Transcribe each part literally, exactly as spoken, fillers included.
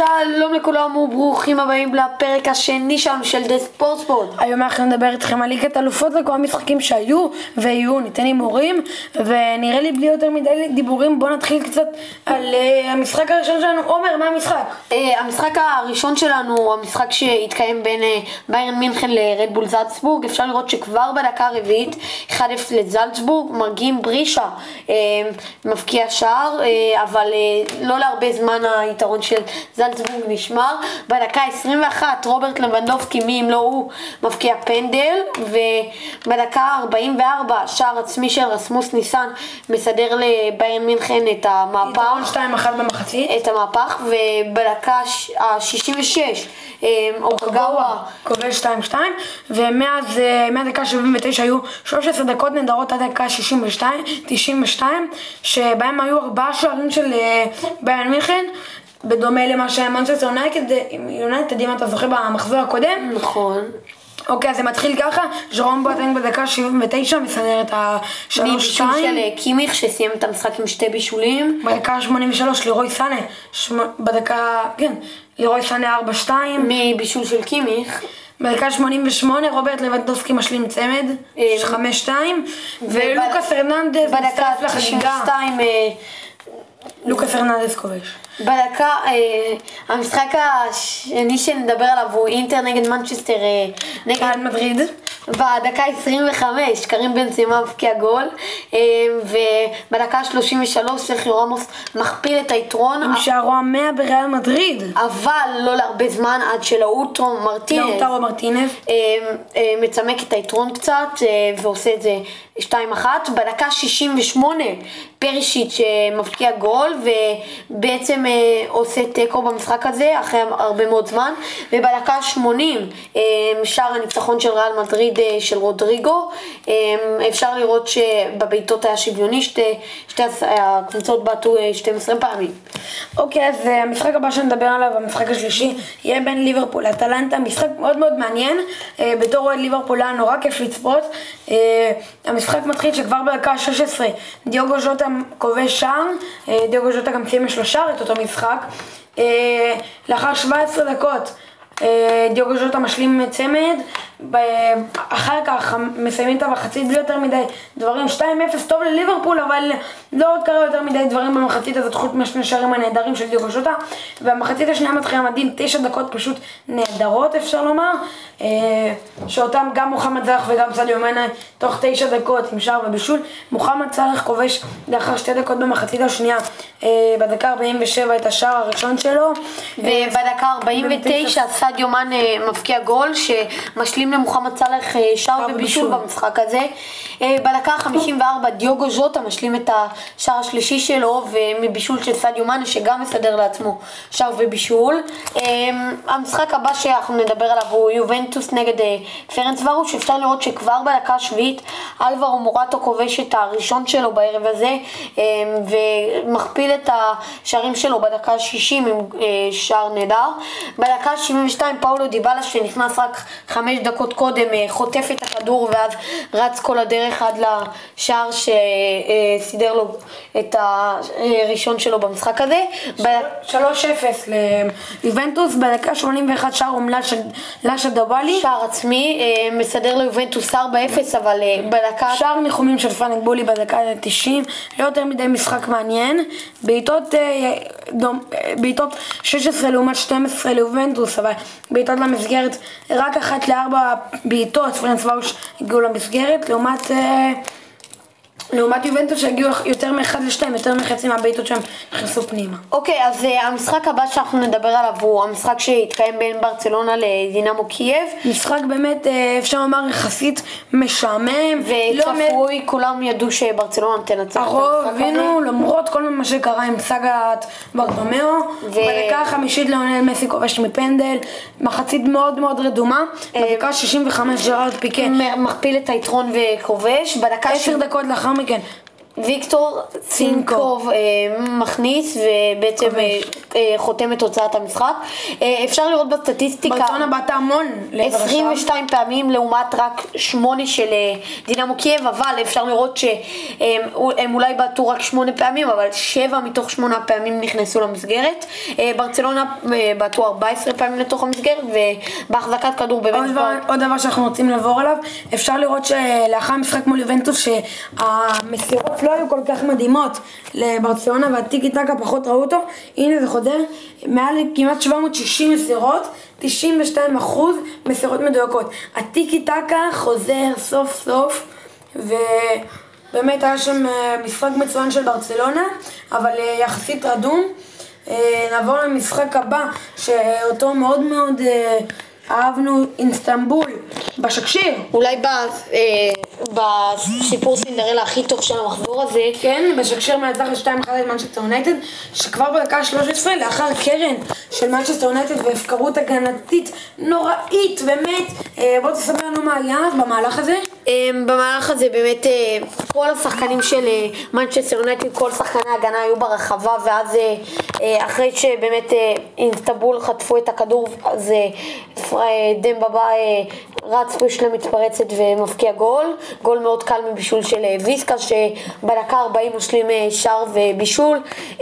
שלום לכולם וברוכים הבאים לפרק השני שלנו של דה ספורט ספורט. היום אנחנו נדבר איתכם על ליגת אלופות וכל המשחקים שהיו ויהיו, ניתן הימורים, ונראה לי בלי יותר מדי דיבורים בוא נתחיל קצת על uh, המשחק הראשון שלנו. עומר, מה המשחק? Uh, המשחק הראשון שלנו הוא המשחק שהתקיים בין uh, ביירן מינכן לרדבול זלצבורג. אפשר לראות שכבר בדקה הרביעית אחד אפס לזלצבורג, מרגיעים ברישה uh, מבקיע שער, uh, אבל uh, לא להרבה זמן היתרון של זלצבורג נשמר. בדקה עשרים ואחת רוברט לבנדובסקי, מי אם לא הוא, מבקיע פנדל, ובדקה ארבעים וארבע שער עצמי של רסמוס ניסן מסדר לביירן מינכן את המהפך, יתרון שתיים אחת במחצית, את המהפך. ובדקה ה-שישים ושש אוקגאווה כובש שתיים שתיים, ומאז מהדקה שבעים ותשע היו שלוש עשרה דקות נהדרות עד דקה שישים ושתיים תשעים ושתיים, שבהם היו ארבעה שערים של ביירן מינכן, בדומה למה שמנצ'סטר יונייטד, אם אתה זוכר במחזור הקודם. נכון. אוקיי, אז זה מתחיל ככה, ז'רום בואטנג בדקה שבעים ותשע מסדר את ה-שלוש שתיים. מבישול של קימיך שסיים את המשחק עם שתי בישולים. בדקה שמונים ושלוש לירוי סאנה, בדקה, כן, לירוי סאנה ארבע שתיים. מבישול של קימיך. בדקה שמונים ושמונה רוברט לבנדובסקי משלים צמד, חמש שתיים. ולוקאס הרננדז בדקה תשעים ושתיים לוקאס הרננדז כובש. בדקה, אה, המשחק השני שנדבר עליו הוא אינטר נגד מנצ'סטר אה, נגד ריאל מדריד. בדקה עשרים וחמש קרים בנזמה מבקיע גול, אה, ובדקה שלושים ושלוש סרחיו רמוס מכפיל את היתרון עם שערו המאה בריאל מדריד, אבל לא להרבה זמן עד שלאוטרו מרטינז לאוטרו מרטינז אה, אה, מצמק את היתרון קצת אה, ועושה את זה שתיים אחת. בדקה שישים ושמונה פרישיץ' מבקיע גול ובעצם אה, עושה טקו במשחק הזה אחרי הרבה מאוד זמן. ובדקה שמונים אה, שער הניצחון של ריאל מדריד אה, של רודריגו. אה, אפשר לראות שבביתות היה שוויוני, שתי, שתי הקבוצות בעטו אה, שתים עשרה פעמים. אוקיי, אז אה, המשחק הבא שנדבר עליו, המשחק השלישי, יהיה בין ליברפול לאטלנטה. משחק מאוד מאוד מעניין, אה, בתור אוהד ליברפול היה נורא כיף לצפות. אה, המשחק מתחיל שכבר בדקה שש עשרה דיוגו ז'וטה כובש שער, דיוגו ז'וטה גם סיים לשלושה את אותו משחק. לאחר שבע עשרה דקות דיוגו ז'וטה משלים צמד, אחר כך מסיימים את המחצית בלי יותר מדי דברים, שתיים אפס טוב לליברפול, אבל לא עוד קרה יותר מדי דברים במחצית הזאת חוץ משני שערים הנהדרים של דיוגו ז'וטה. והמחצית השנייה מתחילה מדהים, תשע דקות פשוט נהדרות אפשר לומר, שאותם גם מוחמד סלאח וגם סדיו מאנה תוך תשע דקות עם שער ובישול. מוחמד סלאח כובש לאחר שתי דקות במחצית השנייה בדקה ארבעים ושבע את השער הראשון שלו, ובדקה ארבעים ותשע סדיו מאנה מבקיע גול שמשלים למוחמד סלאח שער ובישול במשחק הזה. בדקה חמישים וארבע דיוגו ז'וטה משלים את השער השלישי שלו ומבישול של סדיו מאנה שגם מסדר לעצמו שער ובישול. המשחק הבא שאנחנו נדבר עליו הוא יובנטוס נגד פרנצוורוש. אפשר לראות שכבר בדקה השביעית אלברו מורטו כובש את הראשון שלו בערב הזה ומכפיל את השערים שלו בדקה ה-שישים עם שער נהדר. בדקה ה-שבעים ושתיים פאולו דיבאלה שנכנס רק חמש דקות קודם חוטף את הכדור ואז רץ כל הדרך עד לשער שסידר לו את הראשון שלו במשחק הזה. שלוש אפס ליובנטוס. בדקה שמונים ואחת שער אומלל של לאשה דוואלי, שער עצמי מסדר ליובנטוס ארבע אפס, אבל בדקה שער ניחומים של פאנק בולי בדקה תשעים. לא יותר מדי משחק מעניין, בעיטות בעיטות שש עשרה לעומת שתים עשרה ליובנטוס, אבל בעיטות למסגרת רק אחת לארבע בעיטות פרנצוורוש הגיעו למסגרת, לעומת לעומת יובנטוס שהגיעו יותר מאחד לשתיים, יותר מחצי מהבעיטות שהם נכנסו פנימה. אוקיי, אז uh, המשחק הבא שאנחנו נדבר עליו הוא המשחק שהתקיים בין ברצלונה לדינמו קייב. משחק באמת אפשר לומר יחסית משעמם וצפוי, לא כולם ידעו שברצלונה תנצח את הרוב הבינו, למרות כל מה שקרה עם סאגת ברטומיאו. ו... בדקה החמישית ליונל מסי כובש מפנדל, מחצית מאוד מאוד רדומה. בדקה שישים וחמש ג'רארד פיקה מכפיל את היתרון וכובש. בדקה עשר דקות לאחר מכן ויקטור צינקוב מכניס ובעצם חותם את תוצאת המשחק. אפשר לראות בסטטיסטיקה ברצלונה בעטה המון עשרים ושתיים פעמים לעומת רק שמונה של דינמו קייב, אבל אפשר לראות שהם אולי בעטו רק שמונה פעמים, אבל שבע מתוך שמונה פעמים נכנסו למסגרת. ברצלונה בעטו ארבע עשרה פעמים לתוך המסגרת, ובהחזקת כדור באמת... עוד דבר, עוד דבר שאנחנו רוצים לעבור עליו, אפשר לראות שלאחר המשחק מול יובנטוס שהמסירות לא היו כל כך מדהימות לברצלונה, והטיקי טקה פחות ראו אותו. הנה זה חוזר, מעל כמעט שבע מאות ושישים מסירות, תשעים ושתיים אחוז מסירות מדויקות. הטיקי טקה חוזר סוף סוף, ובאמת היה שם משחק מצוין של ברצלונה, אבל יחסית רדום. נעבור למשחק הבא, שאותו מאוד מאוד אהבנו, אינסטנבול, בשקשיר. אולי בסיפור סינדרלה הכי טוב של המחזור הזה. כן, בשקשיר מנצחת שתיים אחת את מנצ'סטר יונייטד, שכבר בדקה שלוש עשרה לאחר קרן של מנצ'סטר יונייטד והפקרות הגנתית נוראית, באמת. בוא תספר לנו מה היה במהלך הזה. במהלך הזה באמת כל השחקנים של מנצ'סטר יונייטד, כל שחקני ההגנה היו ברחבה, ואז אחרי שבאמת אינסטנבול חטפו את הכדור, אז דמבבה רץ פשוט למתפרצת ומפקיע גול, גול מאוד קל מבישול של ויסקה, שבדקה ארבעים משלים שער ובישול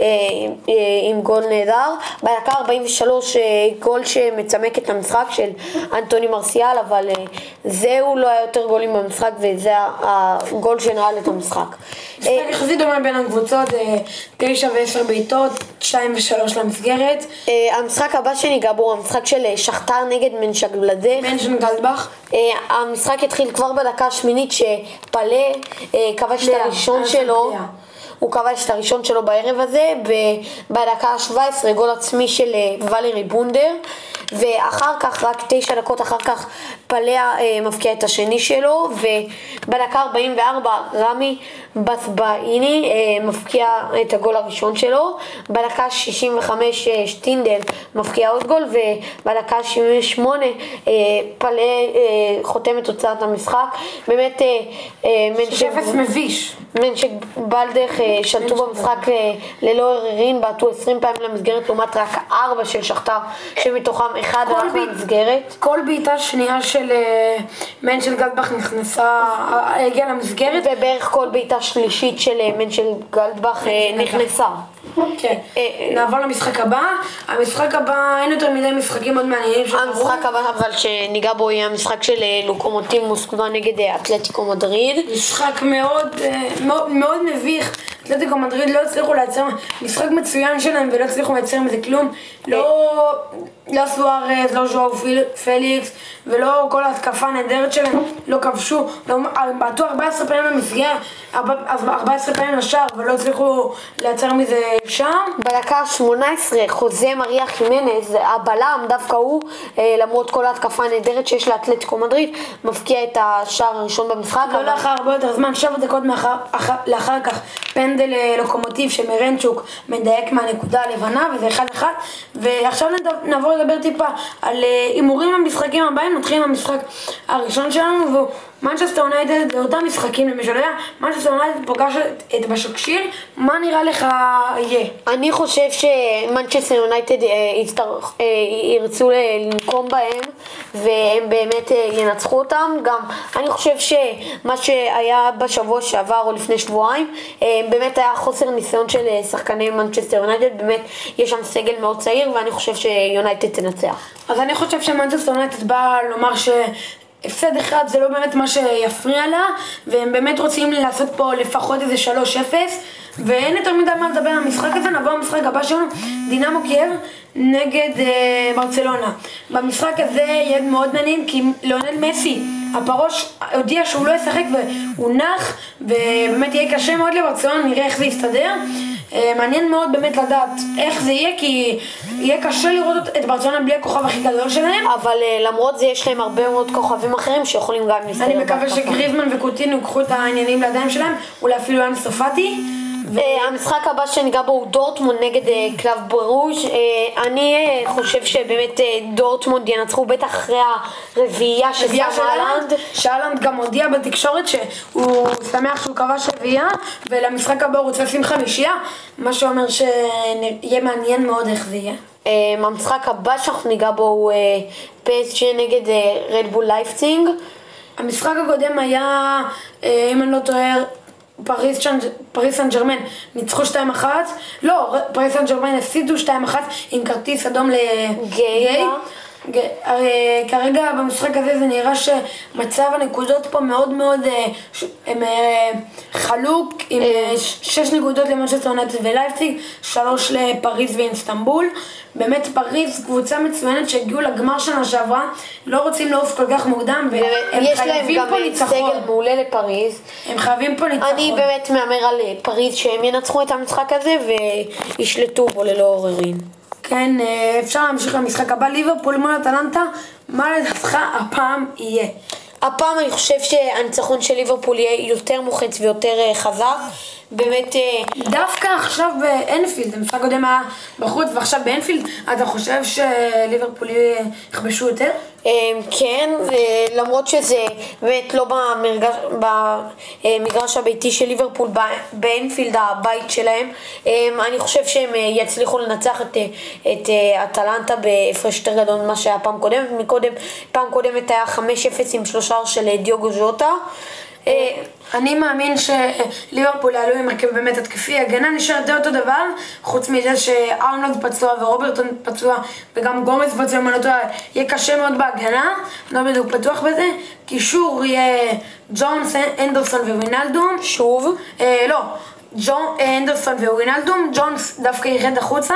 עם גול נהדר. בדקה ארבעים ושלוש גול שמצמק את המשחק של אנטוני מרסיאל, אבל זהו, לא היה יותר גולים במשחק, וזה הגול שנעל את המשחק. משחק יחסית דומה בין הקבוצות, תשע ועשר בעיטות, שתיים ושלוש למסגרת. המשחק הבא שניגע בו, המשחק של שכתר נגד מנשגלדך. מנשגלדבך. המשחק התחיל כבר בדקה השמינית שפלה כבש את הראשון שלו. הוא כבש את הראשון שלו בערב הזה, בדקה ה-שבע עשרה גול עצמי של ולרי בונדר, ואחר כך, רק תשע דקות אחר כך, פליה מפקיע את השני שלו, ובדקה ארבעים וארבע רמי בסבאיני מפקיע את הגול הראשון שלו, בדקה שישים וחמש שטינדל מפקיע עוד גול, ובדקה שבעים ושמונה פליה חותם את תוצאת המשחק. באמת שפס מביש. מנשגלדך שלטו במשחק ללא עוררין, בעטו עשרים פעמים למסגרת לעומת רק ארבע של שכתר, שמתוכם אחד הלך למסגרת. כל בעיטה שנייה של מנשגלדבך נכנסה, הגיעה למסגרת, ובערך כל בעיטה שלישית של מנשגלדבך נכנסה. כן, נעבור למשחק הבא. המשחק הבא, אין יותר מדי משחקים מאוד מעניינים שקרו. המשחק הבא אבל שניגע בו יהיה המשחק של לוקומוטיב מוסקבה נגד אתלטיקו מדריד. משחק מאוד מאוד, מאוד מביך. אתלטיקו מדריד לא הצליחו לייצר משחק מצוין שלהם ולא הצליחו לייצר מזה כלום. לא לא סוארז, לא ז'ואו פליקס ולא כל ההתקפה הנהדרת שלהם לא כבשו, בעטו ארבע עשרה פעמים למסגרת, ארבע עשרה פעמים לשער ולא הצליחו לייצר מזה שער. בדקה שמונה עשרה חוזה מריה חימנז, הבלם, דווקא הוא, למרות כל ההתקפה הנהדרת שיש לאתלטיקו מדריד, מפקיע את השער הראשון במשחק. לא לאחר הרבה יותר זמן, שבע דקות לאחר כך פנדל לוקומוטיב שמרנצ'וק מדייק מהנקודה הלבנה, וזה אחד אחד. ועכשיו נעבור לדבר טיפה על הימורים במשחקים הבאים. נתחיל עם המשחק הראשון שלנו, והוא מנצ'סטר יונייטד. לאותם משחקים, למי שלא יודע, מנצ'סטר יונייטד פוגש את בשקשיר. מה נראה לך יהיה? אני חושב שמנצ'סטר יונייטד ירצו לנקום בהם והם באמת ינצחו אותם. גם אני חושב שמה שהיה בשבוע שעבר או לפני שבועיים באמת היה חוסר ניסיון של שחקני מנצ'סטר יונייטד. באמת יש שם סגל מאוד צעיר, ואני חושב שיונייטד תנצח. אז אני חושב שמנצ'סטר יונייטד בא לומר ש הפסד אחד זה לא באמת מה שיפריע לה, והם באמת רוצים לעשות פה לפחות איזה שלוש אפס, ואין יותר מדי מה לדבר על המשחק הזה. נעבור למשחק הבא שלנו, דינמו קייב נגד אה, ברצלונה. במשחק הזה יהיה מאוד מעניין, כי ליונל מסי, הפרוש, הודיע שהוא לא ישחק והוא נח, ובאמת יהיה קשה מאוד לברצלונה, נראה איך זה יסתדר. אה, מעניין מאוד באמת לדעת איך זה יהיה, כי יהיה קשה לראות את ברצלונה בלי הכוכב הכי גדול שלהם. אבל אה, למרות זה יש להם הרבה מאוד כוכבים אחרים שיכולים גם להסתדר. אני מקווה שגריזמן וקוטינו ייקחו את העניינים לידיים שלהם, אולי אפילו אנסו פאטי. המשחק הבא שניגע בו הוא דורטמונד נגד קלאב ברוז'. אני חושב שבאמת דורטמונד ינצחו בטח אחרי הרביעייה של אהלנד. שאהלנד גם הודיע בתקשורת שהוא שמח שהוא כבש רביעייה, ולמשחק הבא הוא רוצה לשים חמישייה, מה שאומר שיהיה מעניין מאוד איך זה יהיה. המשחק הבא שאנחנו ניגע בו הוא פי אס ג'י נגד רדבול לייפציג. המשחק הקודם היה, אם אני לא טועה, פריס סן ג'רמן ניצחו שתיים אחת, לא, פריס סן ג'רמן הפסידו שתיים אחת עם כרטיס אדום לגיי. כרגע במשחק הזה זה נראה שמצב הנקודות פה מאוד מאוד חלוק, עם שש נקודות למנצ'סטר יונייטד ולייפציג, שלוש לפריז ואיסטנבול. באמת פריז קבוצה מצוינת שהגיעו לגמר שנה שעברה, לא רוצים לעוף כל כך מוקדם, והם חייבים פה ניצחון. יש להם גם סגל מעולה לפריז. הם חייבים פה ניצחון. אני באמת מאמר על פריז שהם ינצחו את המשחק הזה וישלטו בו ללא עוררין. כן, אפשר להמשיך למשחק הבא, ליברפול מול אטלנטה. מה לדעתך הפעם יהיה? הפעם אני חושב שהניצחון של ליברפול יהיה יותר מוחץ ויותר חזק. באמת דווקא עכשיו באנפילד, המשחק קודם היה בחוץ ועכשיו באנפילד, אתה חושב שליברפול יכבשו יותר? כן, למרות שזה באמת לא במגרש הביתי של ליברפול, באנפילד הבית שלהם, אני חושב שהם יצליחו לנצח את, את אטלנטה בהפרש יותר גדול ממה שהיה פעם קודמת. מקודם, פעם קודמת היה חמש אפס עם שלושה של דיוגו ז'וטה. אני מאמין שליברפול יעלו עם הרכב באמת התקפי, הגנה נשארת אותו דבר, חוץ מזה שארנולד פצוע ורוברטון פצוע וגם גומז פצוע, יהיה קשה מאוד בהגנה, לא בדיוק פתוח בזה. קישור יהיה ג'ונס, אנדרסון ווינלדום. שוב? אה, לא. ג'ון אנדרסון ווינלדום, ג'ונס דווקא ירד החוצה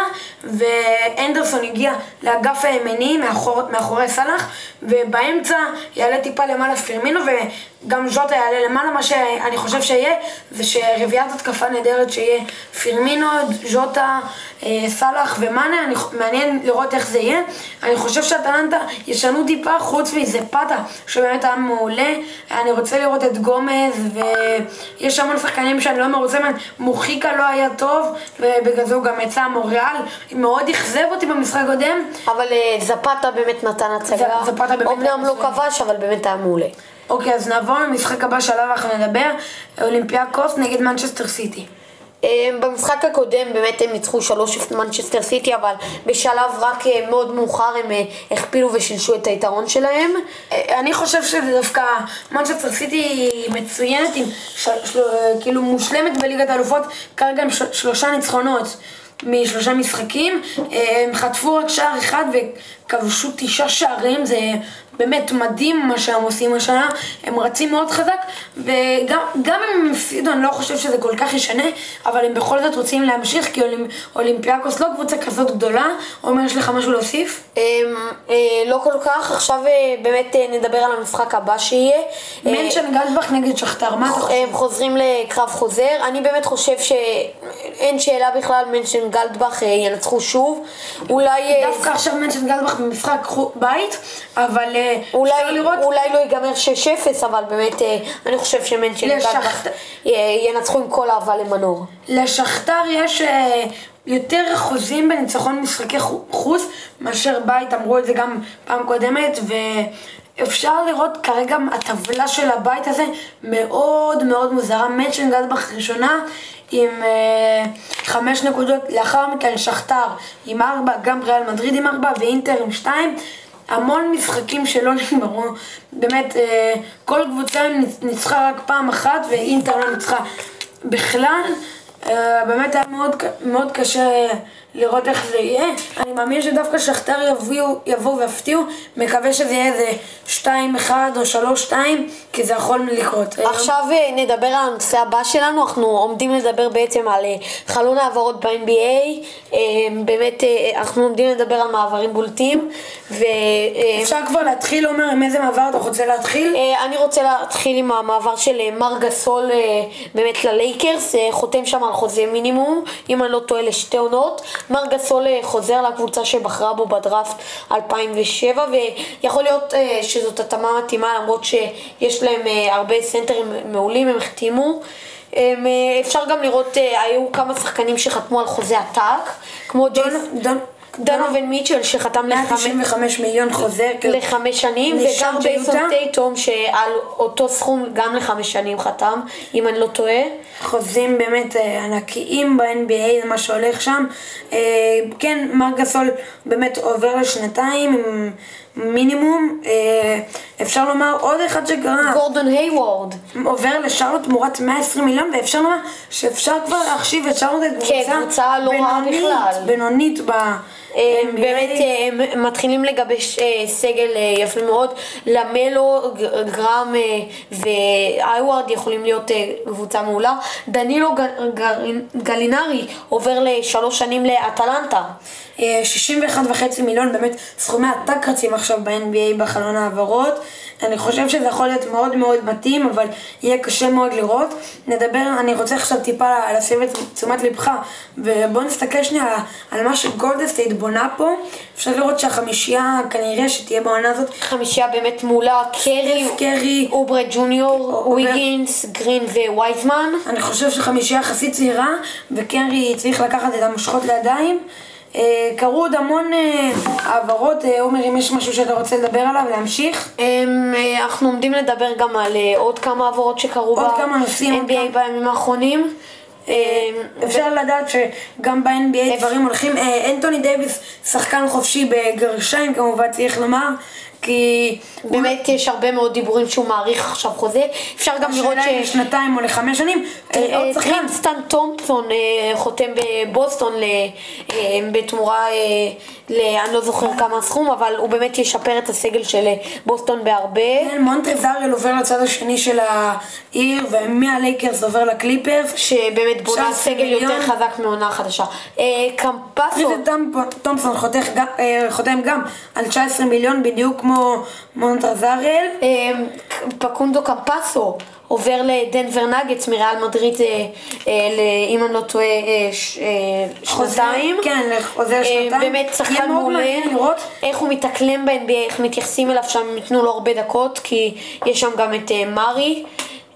ואנדרסון הגיע לאגף הימני מאחור, מאחורי סלח, ובאמצע יעלה טיפה למעלה פירמינו וגם ז'וטה יעלה למעלה. מה שאני חושב שיהיה זה שרביעת התקפה נהדרת שיהיה פירמינו, ז'וטה, סלח ומאנה. אני, מעניין לראות איך זה יהיה. אני חושב שאטלנטה ישנו טיפה, חוץ מזה פאטה שבאמת היה מעולה. אני רוצה לראות את גומז ויש המון שחקנים שאני לא מרוצה מהם. מוחיקה לא היה טוב ובגלל זה הוא גם יצא מוריאל, מאוד אכזב אותי במשחק קודם, אבל זפאטה באמת נתן הצגה, אומנם לא כבש אבל באמת היה מעולה. אוקיי, אז נעבור למשחק הבא שעליו אנחנו נדבר, אולימפיאקוס נגד מנצ'סטר סיטי. במשחק הקודם באמת הם ניצחו שלוש אפס מנצ'סטר סיטי, אבל בשלב רק מאוד מאוחר הם הכפילו ושילשו את היתרון שלהם. אני חושב שזה דווקא מנצ'סטר סיטי מצוינת, עם של, של, כאילו מושלמת בליגת האלופות, כרגע עם שלושה ניצחונות משלושה משחקים, הם חטפו רק שער אחד וכבשו תשעה שערים, זה באמת מדהים מה שהם עושים השנה, הם רצים מאוד חזק, וגם גם אם הם הפסידו, אני לא חושב שזה כל כך ישנה, אבל הם בכל זאת רוצים להמשיך, כי אולימפיאקוס לא קבוצה כזאת גדולה. עומר, יש לך משהו להוסיף? לא כל כך. עכשיו באמת נדבר על המשחק הבא שיהיה. מנשן גלדבך נגד שכתר, מה אתה חושב? הם חוזרים לקרב חוזר, אני באמת חושב שאין שאלה בכלל, מנשן גלדבך ינצחו שוב. אולי דווקא עכשיו מנשן גלדבך במשחק בית, אבל אולי, אולי לא ייגמר שש אפס, אבל באמת אני חושב שמנשן גלדבך ינצחו עם כל אהבה למנור. לשכתר יש יותר חוזים בניצחון משחקי חוץ מאשר בית, אמרו את זה גם פעם קודמת, ואפשר לראות כרגע הטבלה של הבית הזה מאוד מאוד מוזרה. מנשן גלדבך ראשונה עם uh, חמש נקודות, לאחר מכן שכתר עם ארבע, גם ריאל מדריד עם ארבע ואינטר עם שתיים. המון משחקים שלא נגמרו, באמת uh, כל קבוצה ניצחה רק פעם אחת ואינטר לא ניצחה בכלל. uh, באמת היה מאוד, מאוד קשה לראות איך זה יהיה. אני מאמין שדווקא שכתר יבואו, יבואו והפתיעו, מקווה שזה יהיה איזה שתיים אחד או שלוש שתיים, כי זה יכול לקרות. עכשיו נדבר על הנושא הבא שלנו, אנחנו עומדים לדבר בעצם על חלון העברות ב-אן בי איי, באמת אנחנו עומדים לדבר על מעברים בולטים. ו... אפשר כבר להתחיל, אומר, עם איזה מעבר אתה רוצה להתחיל? אני רוצה להתחיל עם המעבר של מר גסול באמת ללייקרס, חותם שם על חוזה מינימום, אם אני לא טועה לשתי עונות. מר גסול חוזר לקבוצה שבחרה בו בדראפט אלפיים ושבע, ויכול להיות שזאת התאמה מתאימה, למרות שיש להם הרבה סנטרים מעולים, הם החתימו. אפשר גם לראות, היו כמה שחקנים שחתמו על חוזה עתק, כמו דונובין מיטשל שחתם מאה תשעים וחמישה מיליון חוזה לחמש שנים, וגם ג'ייסון טייטום שעל אותו סכום גם לחמש שנים חתם, אם אני לא טועה. חוזים באמת ענקיים ב-אן בי איי, זה מה שהולך שם. כן, מרק גסול באמת עובר לשנתיים עם מינימום. אפשר לומר עוד אחד שקרה, גורדון היוורד עובר לשרלוט תמורת מאה ועשרים מיליון, ואפשר לומר שאפשר כבר להחשיב את שרלוט כקבוצה לא רעה בכלל, בינונית ב... באמת הם מתחילים לגבש סגל יפה מאוד. למלו, גרם והיוורד יכולים להיות קבוצה מעולה. דנילו גלינרי עובר לשלוש שנים לאטלנטה, שישים ואחד וחצי מיליון, באמת סכומי עתק רצים עכשיו ב-אן בי איי בחלון העברות. אני חושב שזה יכול להיות מאוד מאוד מתאים, אבל יהיה קשה מאוד לראות. נדבר, אני רוצה עכשיו טיפה לשים את תשומת לבך, ובואו נסתכל שנייה על מה שגולדן סטייט בונה פה. אפשר לראות שהחמישייה כנראה שתהיה בעונה הזאת חמישייה באמת מעולה, קרי, קרי אוברה ג'וניור, וויגינס, גרין ווייזמן. אני חושב שחמישייה יחסית צעירה, וקרי צריך לקחת את המושכות לידיים. קרו עוד המון העברות. עומר, אם יש משהו שאתה רוצה לדבר עליו, להמשיך? אנחנו עומדים לדבר גם על עוד כמה העברות שקרו ב-אן בי איי בימים האחרונים. אפשר לדעת שגם ב-אן בי איי דברים הולכים. אנטוני דייביס שחקן חופשי בגרשיים, כמובן צריך לומר, כי באמת יש הרבה מאוד דיבורים שהוא מעריך עכשיו חוזה. אפשר גם לראות ש... שנתיים או לחמש שנים. טרינסטן תומפסון חותם בבוסטון בתמורה, אני לא זוכר כמה סכום, אבל הוא באמת ישפר את הסגל של בוסטון בהרבה. כן, מונטרזריאל עובר לצד השני של העיר, ומהלייקרס עובר לקליפרס, שבאמת בונה סגל יותר חזק מעונה חדשה. קמפסו תומפסון חותם גם על תשע עשרה מיליון, בדיוק כמו מונטרזריאל. פקונדו קמפסו עובר לדנבר נגטס מריאל מדריד, אם אני לא טועה, שנתיים. כן, עוזר שנתיים. באמת שחקן מעולה, איך הוא מתאקלם ב-אן בי איי, איך מתייחסים אליו שם, יתנו לו הרבה דקות, כי יש שם גם את מארי.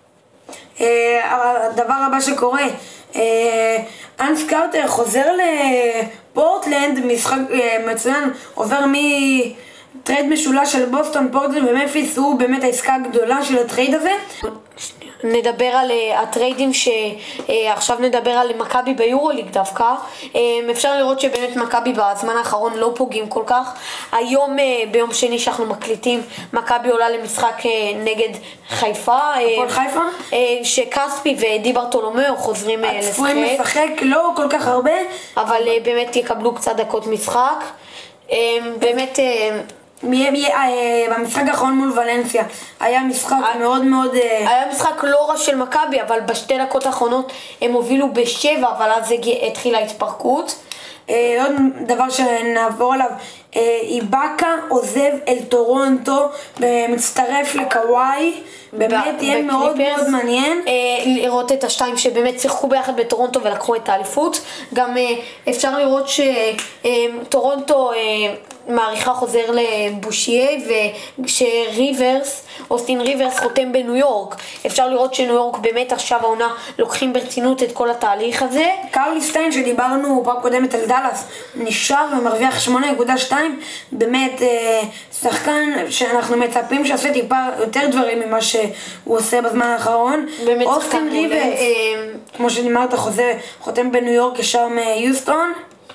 הדבר הבא שקורה, אנס קארטר חוזר לפורטלנד, משחק מצוין, עובר מ... טרייד משולש של בוסטון, פורטלנד ומפיס, הוא באמת העסקה הגדולה של הטרייד הזה. נדבר על הטריידים שעכשיו נדבר על מכבי ביורוליג דווקא. אפשר לראות שבאמת מכבי בזמן האחרון לא פוגעים כל כך. היום ביום שני שאנחנו מקליטים, מכבי עולה למשחק נגד חיפה, הפועל חיפה, שקספי ודי ברטולומיאו חוזרים לשחק. צפויים לשחק לא כל כך הרבה, אבל באמת יקבלו קצת דקות משחק. באמת במשחק האחרון מול ולנסיה היה משחק מאוד מאוד... היה משחק לא רע של מכבי, אבל בשתי דקות האחרונות הם הובילו בשבע, אבל אז התחילה התפרקות. עוד דבר שנעבור עליו, איבאקה עוזב אל טורונטו ומצטרף לקוואי. באמת יהיה מאוד מאוד מעניין לראות את השתיים שבאמת שיחקו ביחד בטורונטו ולקחו את האליפות. גם אפשר לראות שטורונטו מעריכה חוזר לבושיה, ושריברס, אוסטין ריברס חותם בניו יורק. אפשר לראות שניו יורק באמת עכשיו העונה לוקחים ברצינות את כל התהליך הזה. קרלי סטיין שדיברנו פעם קודמת על דלס נשאר ומרוויח שמונה נקודה שתיים, באמת שחקן שאנחנו מצפים שעושה טיפה יותר דברים ממה שהוא עושה בזמן האחרון. אוסטין ריברס, כמו שדימרת, חותם בניו יורק ישר מיוסטון.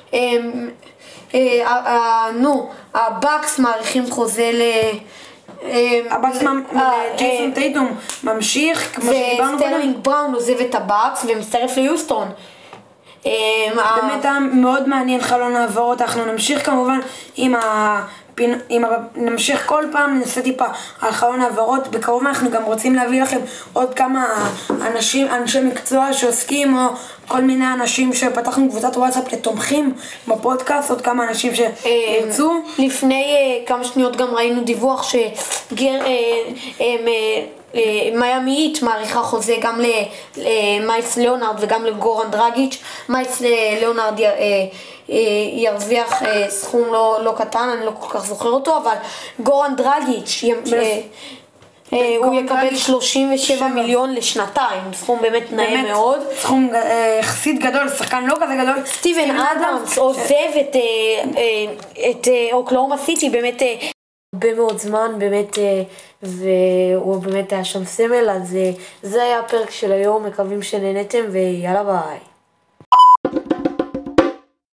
נו, הבאקס מעריכים חוזה ל... הבאקס, ג'ייסון טייטום ממשיך, כמו שדיברנו קודם. וסטרלינג בראון עוזב את הבאקס ומצטרף ליוסטון. באמת היה מאוד מעניין חלון העברות. אנחנו נמשיך כמובן עם ה... אם נמשיך כל פעם, ננסה טיפה על חלון העברות. בקרוב אנחנו גם רוצים להביא לכם עוד כמה אנשים, אנשי מקצוע שעוסקים, או כל מיני אנשים שפתחנו קבוצת וואטסאפ לתומכים בפודקאסט, עוד כמה אנשים שירצו. לפני כמה שניות גם ראינו דיווח שגר... מיאמי היט מעריכה חוזה גם למייס ליאונרד וגם לגורן דרגיץ'. מייס ליאונרד ירוויח סכום לא, לא קטן, אני לא כל כך זוכר אותו, אבל גורן דרגיץ' אה, הוא יקבל גרנט. שלושים ושבע מיליון לשנתיים, סכום באמת נאה מאוד. סכום אה, יחסית גדול, שחקן לא כזה גדול. סטיבן אדמס עוזב את, אה, אה, את אה, אוקלאומה סיטי באמת אה, הרבה מאוד זמן, באמת, אה, והוא באמת היה שם סמל, אז אה, זה היה הפרק של היום, מקווים שנהנתם ויאללה ביי.